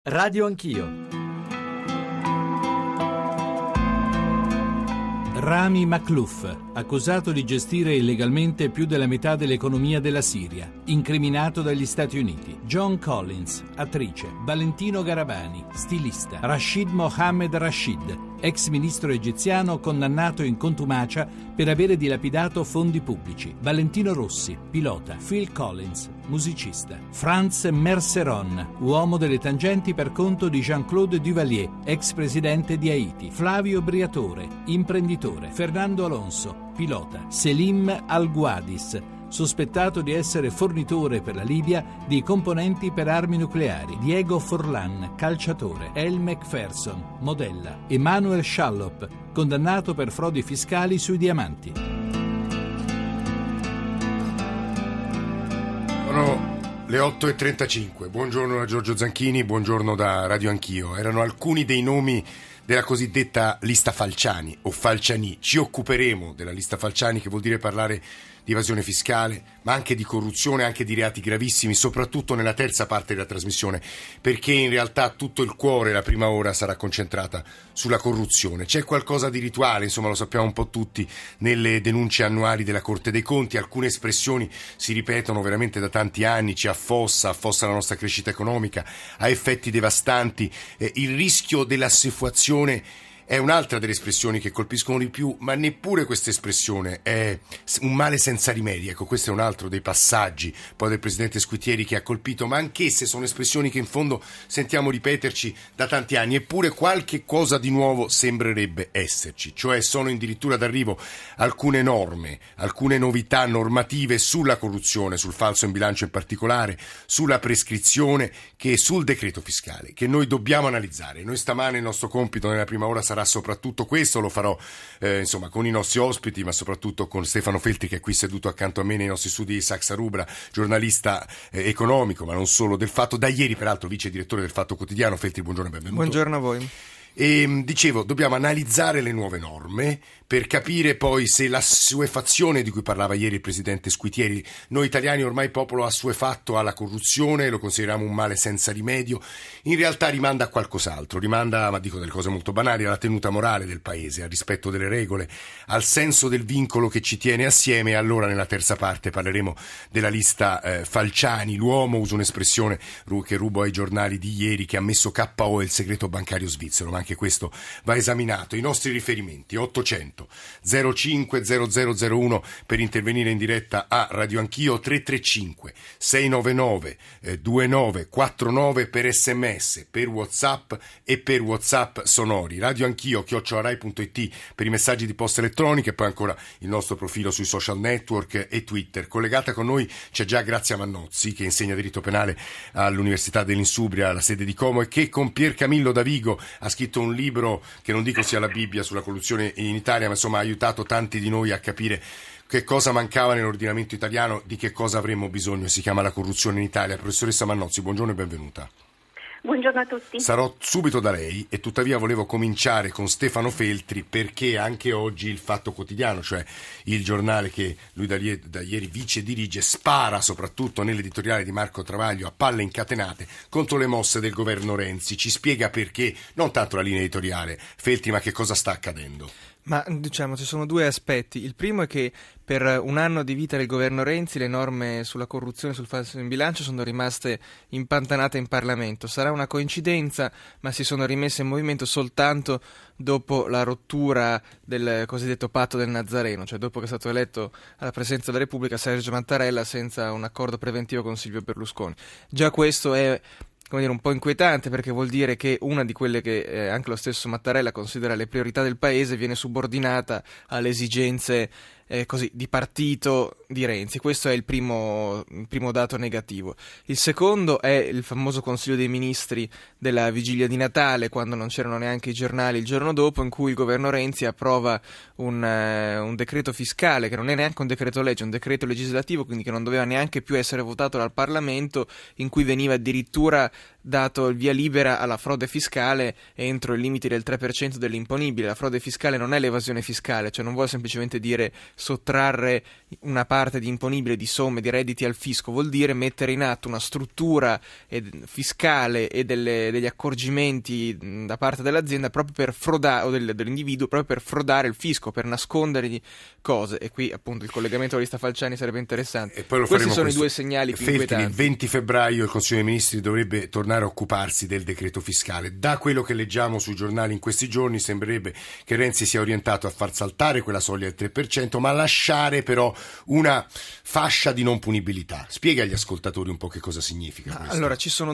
Radio Anch'io. Rami Makhlouf, accusato di gestire illegalmente più della metà dell'economia della Siria, incriminato dagli Stati Uniti. Joan Collins, attrice. Valentino Garavani, stilista. Rashid Mohammed Rashid, ex ministro egiziano condannato in contumacia per avere dilapidato fondi pubblici. Valentino Rossi, pilota. Phil Collins, musicista. Franz Merceron, uomo delle tangenti per conto di Jean-Claude Duvalier, ex presidente di Haiti. Flavio Briatore, imprenditore. Fernando Alonso, pilota. Selim Al-Guadis, sospettato di essere fornitore per la Libia di componenti per armi nucleari. Diego Forlan, calciatore. Elle Macpherson, modella. Emmanuel Shallop, condannato per frodi fiscali sui diamanti. Sono le 8:35. Buongiorno da Giorgio Zanchini, buongiorno da Radio Anch'io. Erano alcuni dei nomi della cosiddetta lista Falciani o Falciani. Ci occuperemo della lista Falciani, che vuol dire parlare di evasione fiscale, ma anche di corruzione, anche di reati gravissimi, soprattutto nella terza parte della trasmissione, perché in realtà tutto il cuore, la prima ora, sarà concentrata sulla corruzione. C'è qualcosa di rituale, insomma, lo sappiamo un po' tutti, nelle denunce annuali della Corte dei Conti. Alcune espressioni si ripetono veramente da tanti anni: ci affossa la nostra crescita economica, ha effetti devastanti, il rischio dell'assuefazione è un'altra delle espressioni che colpiscono di più, ma neppure questa espressione è un male senza rimedio. Ecco, questo è un altro dei passaggi poi del presidente Squitieri che ha colpito, ma anch'esse sono espressioni che in fondo sentiamo ripeterci da tanti anni, eppure qualche cosa di nuovo sembrerebbe esserci, cioè sono addirittura d'arrivo alcune norme, alcune novità normative sulla corruzione, sul falso in bilancio in particolare, sulla prescrizione, che sul decreto fiscale, che noi dobbiamo analizzare. Noi stamane il nostro compito nella prima ora sarà soprattutto questo, lo farò con i nostri ospiti, ma soprattutto con Stefano Feltri, che è qui seduto accanto a me nei nostri studi di Saxa Rubra, giornalista economico, ma non solo, del Fatto, da ieri peraltro vice direttore del Fatto Quotidiano. Feltri, buongiorno e benvenuto. Buongiorno a voi. E dicevo, dobbiamo analizzare le nuove norme per capire poi se l'assuefazione di cui parlava ieri il presidente Squitieri, noi italiani ormai popolo assuefatto alla corruzione, lo consideriamo un male senza rimedio, in realtà rimanda a qualcos'altro, rimanda, ma dico delle cose molto banali, alla tenuta morale del paese, al rispetto delle regole, al senso del vincolo che ci tiene assieme. E allora nella terza parte parleremo della lista Falciani, l'uomo, uso un'espressione che rubo ai giornali di ieri, che ha messo KO il segreto bancario svizzero, ma anche questo va esaminato. I nostri riferimenti: 800 05 0001 per intervenire in diretta a Radio Anch'io, 335 699 2949 per SMS, per WhatsApp e per WhatsApp sonori. Radio Anch'io @rai.it per i messaggi di posta elettronica, e poi ancora il nostro profilo sui social network e Twitter. Collegata con noi c'è già Grazia Mannozzi, che insegna diritto penale all'Università dell'Insubria, alla sede di Como, e che con Pier Camillo Davigo ha scritto un libro che non dico sia la Bibbia sulla corruzione in Italia, ma insomma ha aiutato tanti di noi a capire che cosa mancava nell'ordinamento italiano, di che cosa avremmo bisogno. Si chiama La corruzione in Italia. Professoressa Mannozzi, buongiorno e benvenuta. Buongiorno a tutti. Sarò subito da lei, e tuttavia volevo cominciare con Stefano Feltri, perché anche oggi il Fatto Quotidiano, cioè il giornale che lui da ieri vice dirige, spara soprattutto nell'editoriale di Marco Travaglio a palle incatenate contro le mosse del governo Renzi. Ci spiega perché, non tanto la linea editoriale, Feltri, ma che cosa sta accadendo? Ma diciamo ci sono due aspetti. Il primo è che per un anno di vita del governo Renzi le norme sulla corruzione e sul falso in bilancio sono rimaste impantanate in Parlamento. Sarà una coincidenza, ma si sono rimesse in movimento soltanto dopo la rottura del cosiddetto patto del Nazareno, cioè dopo che è stato eletto alla Presidenza della Repubblica Sergio Mattarella senza un accordo preventivo con Silvio Berlusconi. Già questo è un po' inquietante, perché vuol dire che una di quelle che anche lo stesso Mattarella considera le priorità del paese viene subordinata alle esigenze di partito di Renzi. Questo è il primo dato negativo. Il secondo è il famoso Consiglio dei Ministri della vigilia di Natale, quando non c'erano neanche i giornali il giorno dopo, in cui il governo Renzi approva un decreto fiscale, che non è neanche un decreto legge, è un decreto legislativo, quindi che non doveva neanche più essere votato dal Parlamento, in cui veniva addirittura dato il via libera alla frode fiscale entro i limiti del 3% dell'imponibile. La frode fiscale non è l'evasione fiscale, cioè non vuole semplicemente dire sottrarre una parte di imponibile di somme, di redditi al fisco, vuol dire mettere in atto una struttura fiscale e degli accorgimenti da parte dell'azienda proprio per frodare, o dell'individuo, proprio per frodare il fisco, per nascondergli cose. E qui appunto il collegamento alla lista Falciani sarebbe interessante. E poi Questi sono i due segnali più inquietanti. Il 20 febbraio il Consiglio dei Ministri dovrebbe tornare a occuparsi del decreto fiscale. Da quello che leggiamo sui giornali in questi giorni sembrerebbe che Renzi sia orientato a far saltare quella soglia del 3%, ma lasciare però una fascia di non punibilità. Spiega agli ascoltatori un po' che cosa significa questo. Allora, ci sono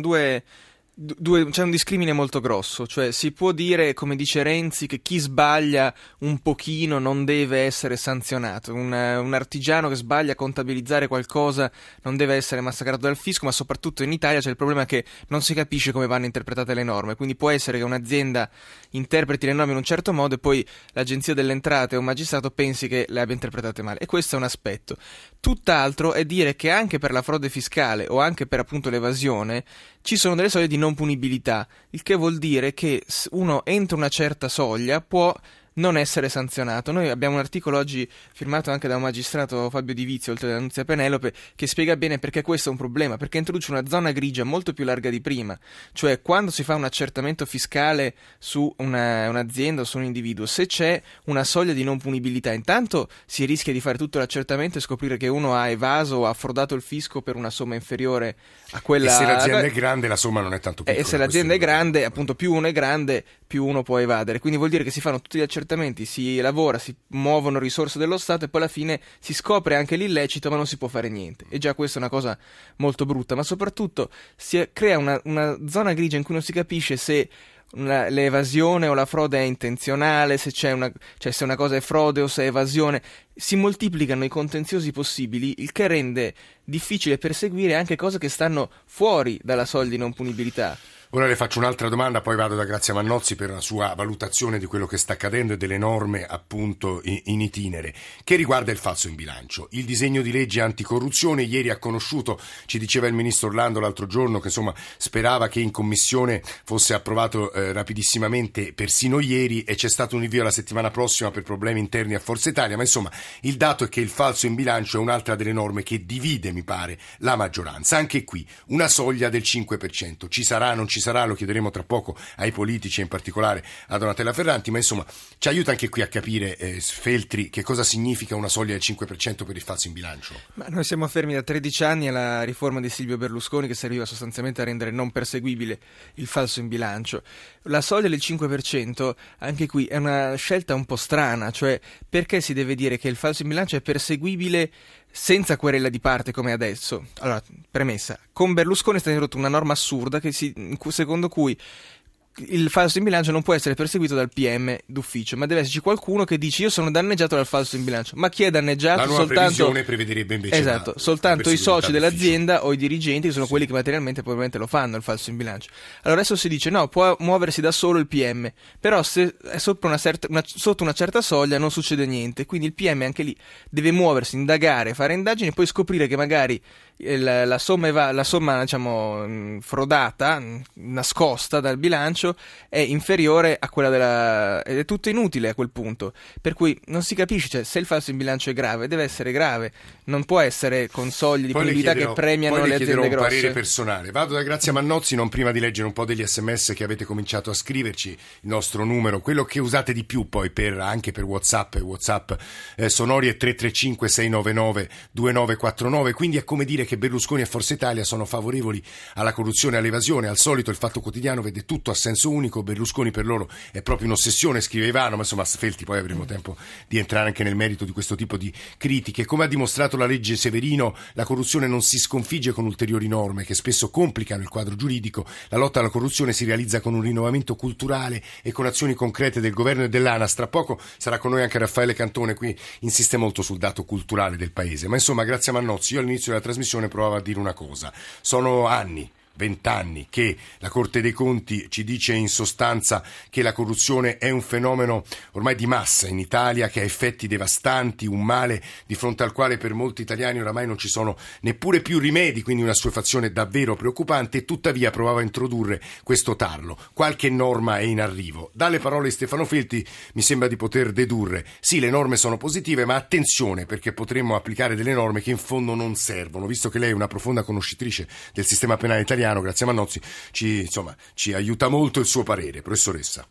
c'è un discrimine molto grosso, cioè si può dire, come dice Renzi, che chi sbaglia un pochino non deve essere sanzionato, un artigiano che sbaglia a contabilizzare qualcosa non deve essere massacrato dal fisco, ma soprattutto in Italia c'è il problema che non si capisce come vanno interpretate le norme, quindi può essere che un'azienda interpreti le norme in un certo modo e poi l'Agenzia delle Entrate o un magistrato pensi che le abbia interpretate male, e questo è un aspetto. Tutt'altro è dire che anche per la frode fiscale o anche per appunto l'evasione ci sono delle soglie di non punibilità, il che vuol dire che uno entro una certa soglia può non essere sanzionato. Noi abbiamo un articolo oggi firmato anche da un magistrato, Fabio Di Vizio, oltre da Nunzia Penelope, che spiega bene perché questo è un problema, perché introduce una zona grigia molto più larga di prima, cioè quando si fa un accertamento fiscale su un'azienda o su un individuo, se c'è una soglia di non punibilità, intanto si rischia di fare tutto l'accertamento e scoprire che uno ha evaso o ha frodato il fisco per una somma inferiore a quella... E se l'azienda è grande la somma non è tanto piccola. E se l'azienda è grande, appunto più uno è grande, più uno può evadere, quindi vuol dire che si fanno tutti gli accertamenti, si lavora, si muovono risorse dello Stato e poi alla fine si scopre anche l'illecito ma non si può fare niente, e già questa è una cosa molto brutta, ma soprattutto si crea una zona grigia in cui non si capisce se l'evasione o la frode è intenzionale, se se una cosa è frode o se è evasione. Si moltiplicano i contenziosi possibili, il che rende difficile perseguire anche cose che stanno fuori dalla soglia di non punibilità. Ora le faccio un'altra domanda, poi vado da Grazia Mannozzi per la sua valutazione di quello che sta accadendo e delle norme appunto in itinere, che riguarda il falso in bilancio. Il disegno di legge anticorruzione ieri ha conosciuto, ci diceva il ministro Orlando l'altro giorno, che insomma sperava che in commissione fosse approvato rapidissimamente persino ieri, e c'è stato un rinvio la settimana prossima per problemi interni a Forza Italia, ma insomma il dato è che il falso in bilancio è un'altra delle norme che divide, mi pare, la maggioranza. Anche qui una soglia del 5%, ci sarà, non ci sarà, lo chiederemo tra poco ai politici e in particolare a Donatella Ferranti, ma insomma ci aiuta anche qui a capire, Feltri, che cosa significa una soglia del 5% per il falso in bilancio. Ma noi siamo fermi da 13 anni alla riforma di Silvio Berlusconi, che serviva sostanzialmente a rendere non perseguibile il falso in bilancio. La soglia del 5% anche qui è una scelta un po' strana, cioè perché si deve dire che il falso in bilancio è perseguibile senza querela di parte come adesso? Allora, premessa, con Berlusconi è stata introdotta una norma assurda secondo cui il falso in bilancio non può essere perseguito dal PM d'ufficio, ma deve esserci qualcuno che dice io sono danneggiato dal falso in bilancio. Ma chi è danneggiato? La nuova previsione prevederebbe invece soltanto i soci dell'azienda o i dirigenti, che sono quelli che materialmente probabilmente lo fanno il falso in bilancio. Allora adesso si dice no, può muoversi da solo il PM, però se è sotto una certa soglia non succede niente, quindi il PM anche lì deve muoversi, indagare, fare indagini e poi scoprire che magari la somma diciamo frodata, nascosta dal bilancio, è inferiore a quella ed è tutto inutile a quel punto, per cui non si capisce, cioè, se il falso in bilancio è grave deve essere grave, non può essere con soglie di punibilità che premiano le aziende grosse. Un parere personale. Vado da Grazia Mannozzi, non prima di leggere un po' degli SMS che avete cominciato a scriverci, il nostro numero, quello che usate di più poi anche per WhatsApp sonori è 335 699 2949, quindi è come dire che Berlusconi e Forza Italia sono favorevoli alla corruzione e all'evasione. Al solito il Fatto Quotidiano vede tutto a senso unico, Berlusconi per loro è proprio un'ossessione, scrive Ivano, ma insomma Felti, poi avremo tempo di entrare anche nel merito di questo tipo di critiche. Come ha dimostrato la legge Severino, la corruzione non si sconfigge con ulteriori norme che spesso complicano il quadro giuridico. La lotta alla corruzione si realizza con un rinnovamento culturale e con azioni concrete del governo e dell'ANAS. Tra poco sarà con noi anche Raffaele Cantone, qui insiste molto sul dato culturale del paese. Ma insomma, Grazia Mannozzi, io all'inizio della trasmissione provavo a dire una cosa: sono anni, 20 anni che la Corte dei Conti ci dice in sostanza che la corruzione è un fenomeno ormai di massa in Italia, che ha effetti devastanti, un male di fronte al quale per molti italiani oramai non ci sono neppure più rimedi, quindi una assuefazione davvero preoccupante, e tuttavia provava a introdurre questo tarlo. Qualche norma è in arrivo. Dalle parole di Stefano Felti mi sembra di poter dedurre: sì, le norme sono positive, ma attenzione, perché potremmo applicare delle norme che in fondo non servono. Visto che lei è una profonda conoscitrice del sistema penale italiano, grazie a Mannozzi, ci aiuta molto il suo parere, professoressa.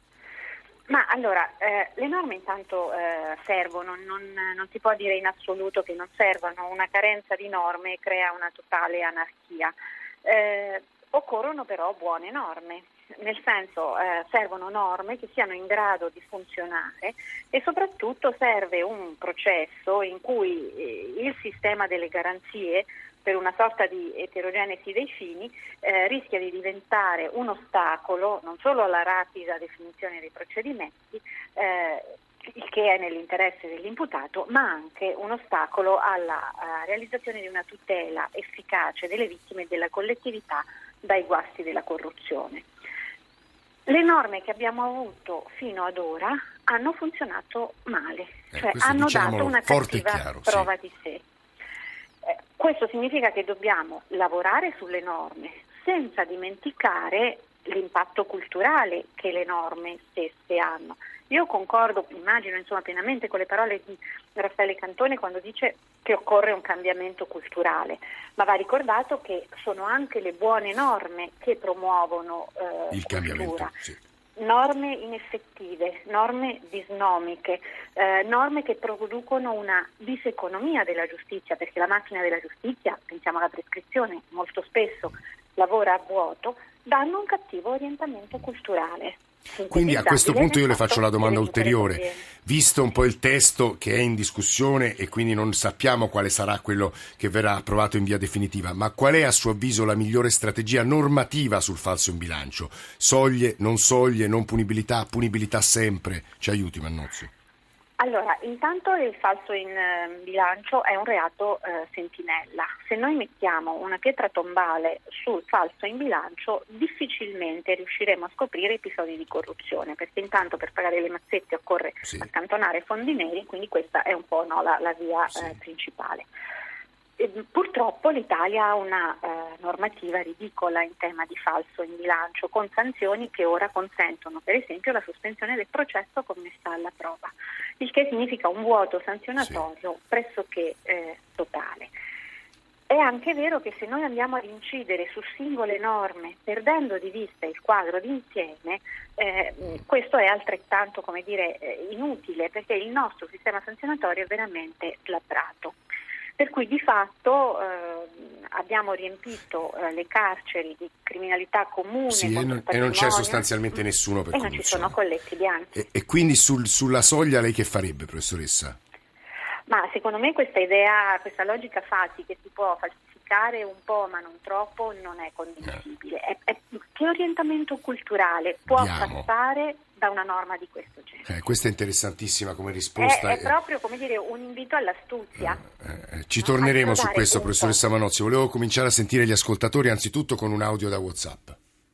Ma allora, le norme intanto servono, non si può dire in assoluto che non servono. Una carenza di norme crea una totale anarchia. Occorrono però buone norme, nel senso servono norme che siano in grado di funzionare, e soprattutto serve un processo in cui il sistema delle garanzie, per una sorta di eterogenesi dei fini, rischia di diventare un ostacolo non solo alla rapida definizione dei procedimenti, il che è nell'interesse dell'imputato, ma anche un ostacolo alla realizzazione di una tutela efficace delle vittime e della collettività dai guasti della corruzione. Le norme che abbiamo avuto fino ad ora hanno funzionato male, cioè hanno dato una cattiva prova di sé. Questo significa che dobbiamo lavorare sulle norme senza dimenticare l'impatto culturale che le norme stesse hanno. Io concordo, immagino pienamente con le parole di Raffaele Cantone quando dice che occorre un cambiamento culturale, ma va ricordato che sono anche le buone norme che promuovono il cambiamento. Sì. Norme ineffettive, norme disnomiche, norme che producono una diseconomia della giustizia, perché la macchina della giustizia, pensiamo alla prescrizione, molto spesso lavora a vuoto, danno un cattivo orientamento culturale. Quindi a questo punto io le faccio la domanda ulteriore: visto un po' il testo che è in discussione e quindi non sappiamo quale sarà quello che verrà approvato in via definitiva, ma qual è a suo avviso la migliore strategia normativa sul falso in bilancio? Soglie, non punibilità, punibilità sempre? Ci aiuti, Mannozzi. Allora, intanto il falso in bilancio è un reato sentinella. Se noi mettiamo una pietra tombale sul falso in bilancio, difficilmente riusciremo a scoprire episodi di corruzione, perché intanto per pagare le mazzette occorre accantonare fondi neri, quindi questa è un po' la via principale. Purtroppo l'Italia ha una normativa ridicola in tema di falso in bilancio, con sanzioni che ora consentono per esempio la sospensione del processo commessa alla prova, il che significa un vuoto sanzionatorio pressoché totale. È anche vero che se noi andiamo ad incidere su singole norme perdendo di vista il quadro d'insieme, questo è altrettanto, inutile, perché il nostro sistema sanzionatorio è veramente slabbrato. Per cui di fatto abbiamo riempito le carceri di criminalità comune e non c'è sostanzialmente nessuno per corruzione. Non ci sono colletti bianchi. E quindi sulla soglia lei che farebbe, professoressa? Ma secondo me questa logica fasi che si può falsificare un po' ma non troppo non è condivisibile. Che orientamento culturale può passare da una norma di questo genere? Questa è interessantissima come risposta. È proprio un invito all'astuzia. Ci torneremo su questo, professoressa Mannozzi. Volevo cominciare a sentire gli ascoltatori anzitutto con un audio da WhatsApp.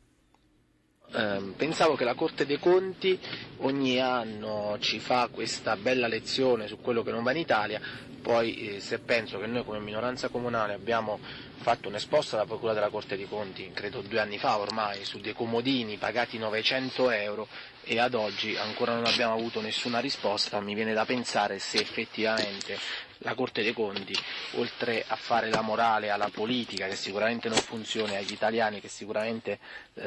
Pensavo che la Corte dei Conti ogni anno ci fa questa bella lezione su quello che non va in Italia, poi se penso che noi come minoranza comunale abbiamo fatto un'esposta alla Procura della Corte dei Conti, credo 2 anni fa ormai, su dei comodini pagati 900 euro e ad oggi ancora non abbiamo avuto nessuna risposta, mi viene da pensare se effettivamente la Corte dei Conti, oltre a fare la morale alla politica che sicuramente non funziona e agli italiani che sicuramente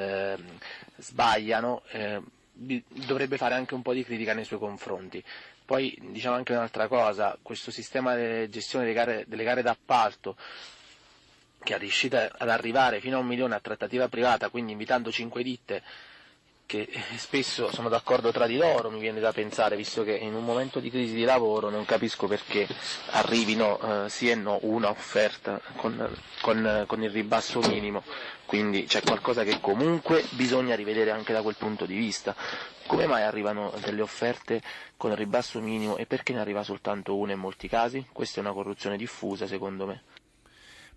sbagliano, dovrebbe fare anche un po' di critica nei suoi confronti. Poi diciamo anche un'altra cosa: questo sistema di gestione delle gare d'appalto, che è riuscita ad arrivare fino a 1 milione a trattativa privata, quindi invitando 5 ditte che spesso sono d'accordo tra di loro, mi viene da pensare, visto che in un momento di crisi di lavoro non capisco perché arrivino sì e no una offerta con il ribasso minimo, quindi c'è qualcosa che comunque bisogna rivedere anche da quel punto di vista. Come mai arrivano delle offerte con il ribasso minimo e perché ne arriva soltanto una in molti casi? Questa è una corruzione diffusa secondo me.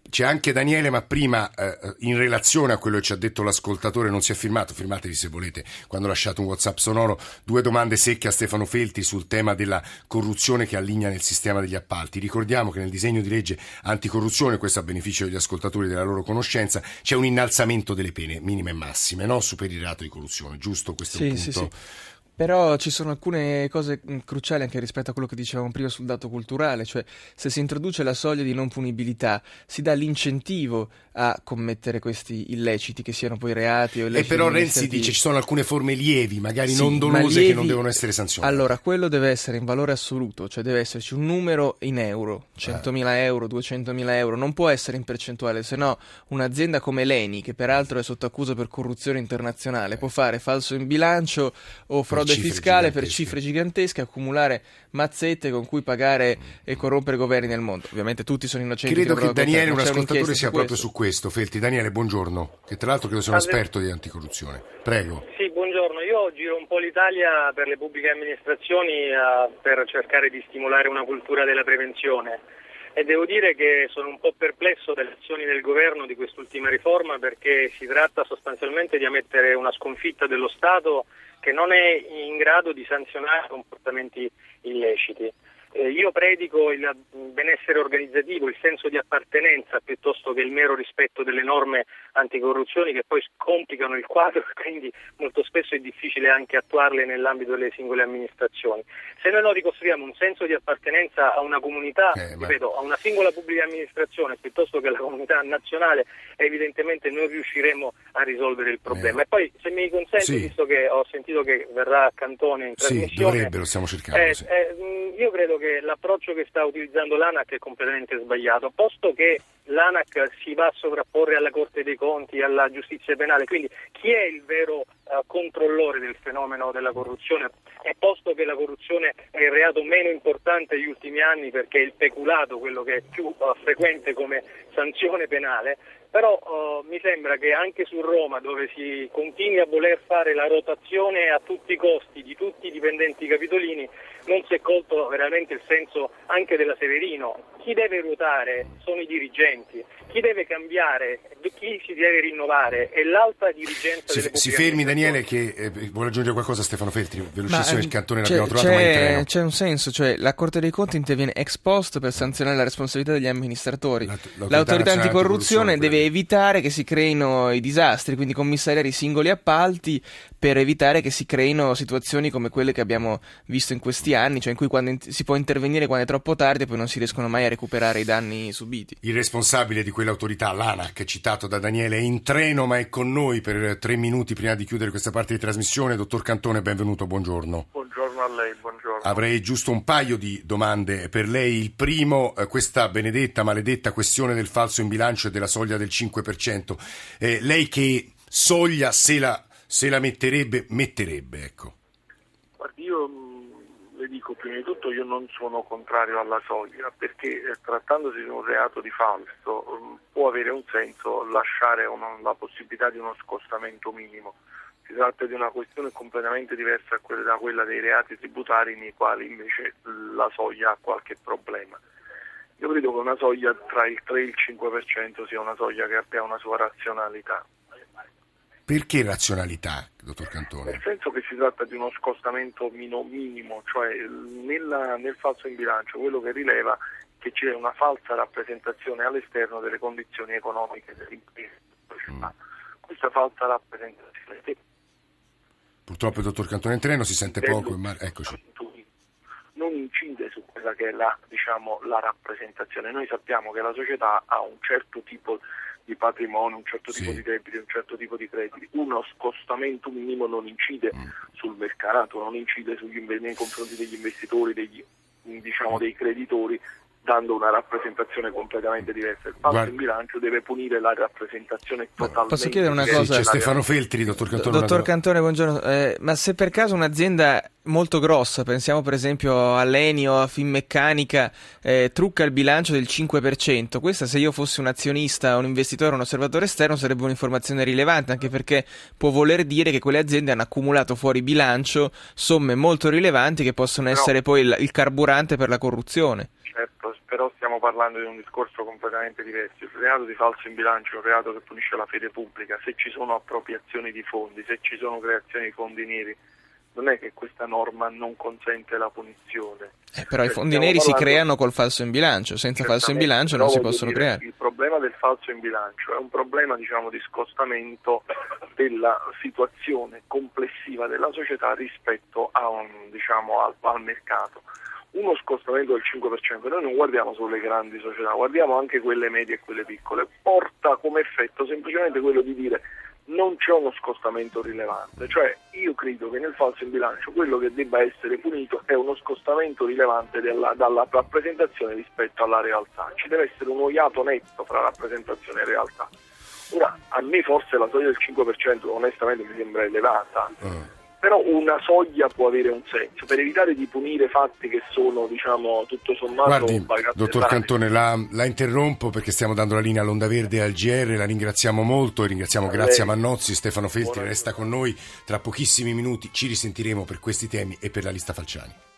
C'è anche Daniele, ma prima in relazione a quello che ci ha detto l'ascoltatore, non si è firmato, firmatevi se volete quando lasciate un WhatsApp sonoro, 2 domande secche a Stefano Feltri sul tema della corruzione che alligna nel sistema degli appalti. Ricordiamo che nel disegno di legge anticorruzione, questo a beneficio degli ascoltatori della loro conoscenza, c'è un innalzamento delle pene minime e massime, no? Su per il reato di corruzione, giusto? Questo è un punto. Sì. Però ci sono alcune cose cruciali anche rispetto a quello che dicevamo prima sul dato culturale, cioè se si introduce la soglia di non punibilità si dà l'incentivo a commettere questi illeciti, che siano poi reati o illeciti. Però Renzi dice ci sono alcune forme lievi, magari non dolose, che non devono essere sanzionate. Allora, quello deve essere in valore assoluto, cioè deve esserci un numero in euro, 100.000 euro, 200.000 euro, non può essere in percentuale, se no un'azienda come l'ENI, che peraltro è sotto accusa per corruzione internazionale, può fare falso in bilancio o frode fiscale per cifre gigantesche, accumulare mazzette con cui pagare e corrompere governi nel mondo. Ovviamente tutti sono innocenti. Credo che Daniele, un ascoltatore, sia proprio su questo. Feltri, Daniele, buongiorno, che tra l'altro credo sia un esperto di anticorruzione. Prego. Sì, buongiorno. Io giro un po' l'Italia per le pubbliche amministrazioni per cercare di stimolare una cultura della prevenzione. E devo dire che sono un po' perplesso delle azioni del governo di quest'ultima riforma, perché si tratta sostanzialmente di ammettere una sconfitta dello Stato che non è in grado di sanzionare comportamenti illeciti. Io predico il benessere organizzativo, il senso di appartenenza piuttosto che il mero rispetto delle norme anticorruzione, che poi complicano il quadro e quindi molto spesso è difficile anche attuarle nell'ambito delle singole amministrazioni. Se noi non ricostruiamo un senso di appartenenza a una comunità, ripeto, a una singola pubblica amministrazione piuttosto che alla comunità nazionale, evidentemente non riusciremo a risolvere il problema. E poi, se mi consente, visto che ho sentito che verrà Cantone in trasmissione, lo stiamo cercando. Io credo che l'approccio che sta utilizzando l'ANAC è completamente sbagliato, posto che l'ANAC si va a sovrapporre alla Corte dei Conti, alla giustizia penale, quindi chi è il vero controllore del fenomeno della corruzione? E posto che la corruzione è il reato meno importante negli ultimi anni, perché è il peculato quello che è più frequente come sanzione penale, però mi sembra che anche su Roma, dove si continui a voler fare la rotazione a tutti i costi di tutti i dipendenti capitolini, non si è colto veramente il senso anche della Severino. Chi deve ruotare sono i dirigenti, chi deve cambiare, chi si deve rinnovare è l'alta dirigenza delle pubbliche. Si fermi Daniele, che vuole aggiungere qualcosa a Stefano Feltri, velocissimo, il Cantone l'abbiamo trovato ma in treno. C'è un senso, cioè la Corte dei Conti interviene ex post per sanzionare la responsabilità degli amministratori. L'autorità anticorruzione deve evitare che si creino i disastri, quindi commissariare i singoli appalti per evitare che si creino situazioni come quelle che abbiamo visto in questi anni, cioè in cui si può intervenire quando è troppo tardi e poi non si riescono mai a recuperare i danni subiti. Il responsabile di quell'autorità, l'ANAC, citato da Daniele, è in treno ma è con noi per 3 minuti prima di chiudere questa parte di trasmissione. Dottor Cantone, benvenuto, buongiorno. Buongiorno a lei, buongiorno. Avrei giusto un paio di domande per lei. Il primo, questa benedetta, maledetta questione del falso in bilancio e della soglia del 5%. Lei che soglia, se la metterebbe, ecco. Guardi, io le dico, prima di tutto, io non sono contrario alla soglia, perché trattandosi di un reato di falso può avere un senso lasciare la possibilità di uno scostamento minimo. Si tratta di una questione completamente diversa da quella dei reati tributari, nei quali invece la soglia ha qualche problema. Io credo che una soglia tra il 3 e il 5% sia una soglia che abbia una sua razionalità. Perché razionalità, dottor Cantone? Nel senso che si tratta di uno scostamento minimo, cioè nel falso in bilancio quello che rileva che c'è una falsa rappresentazione all'esterno delle condizioni economiche dell'impresa. Questa falsa rappresentazione, purtroppo il dottor Cantone in treno, si sente poco, eccoci. Non incide su quella che è la rappresentazione. Noi sappiamo che la società ha un certo tipo di patrimonio, un certo tipo di debiti, un certo tipo di crediti. Uno scostamento minimo non incide sul mercato, non incide nei confronti degli investitori, dei creditori, dando una rappresentazione completamente diversa. Il falso in bilancio deve punire la rappresentazione totalmente. Posso chiedere una cosa? C'è Stefano Feltri, dottor Cantone. Dottor Cantone, buongiorno. Ma se per caso un'azienda molto grossa, pensiamo per esempio all'Eni o a Finmeccanica, trucca il bilancio del 5%, questa, se io fossi un azionista, un investitore, un osservatore esterno, sarebbe un'informazione rilevante, anche perché può voler dire che quelle aziende hanno accumulato fuori bilancio somme molto rilevanti che possono essere poi il carburante per la corruzione. Certo, però stiamo parlando di un discorso completamente diverso. Il reato di falso in bilancio è un reato che punisce la fede pubblica. Se ci sono appropriazioni di fondi, se ci sono creazioni di fondi neri, non è che questa norma non consente la punizione. Però i fondi neri si creano col falso in bilancio, senza falso in bilancio non si possono creare. Il problema del falso in bilancio è un problema, diciamo, di scostamento della situazione complessiva della società rispetto a al mercato. Uno scostamento del 5%, noi non guardiamo solo le grandi società, guardiamo anche quelle medie e quelle piccole, porta come effetto semplicemente quello di dire non c'è uno scostamento rilevante, cioè io credo che nel falso in bilancio quello che debba essere punito è uno scostamento rilevante dalla rappresentazione rispetto alla realtà, ci deve essere un iato netto fra rappresentazione e realtà. Ora, a me forse la soglia del 5% onestamente mi sembra elevata, però una soglia può avere un senso per evitare di punire fatti che sono, diciamo, tutto sommato bagatellari. Dottor Cantone, la interrompo perché stiamo dando la linea all'Onda Verde e al GR, la ringraziamo molto e ringraziamo Grazia Mannozzi. Stefano Feltri resta con noi, tra pochissimi minuti ci risentiremo per questi temi e per la lista Falciani.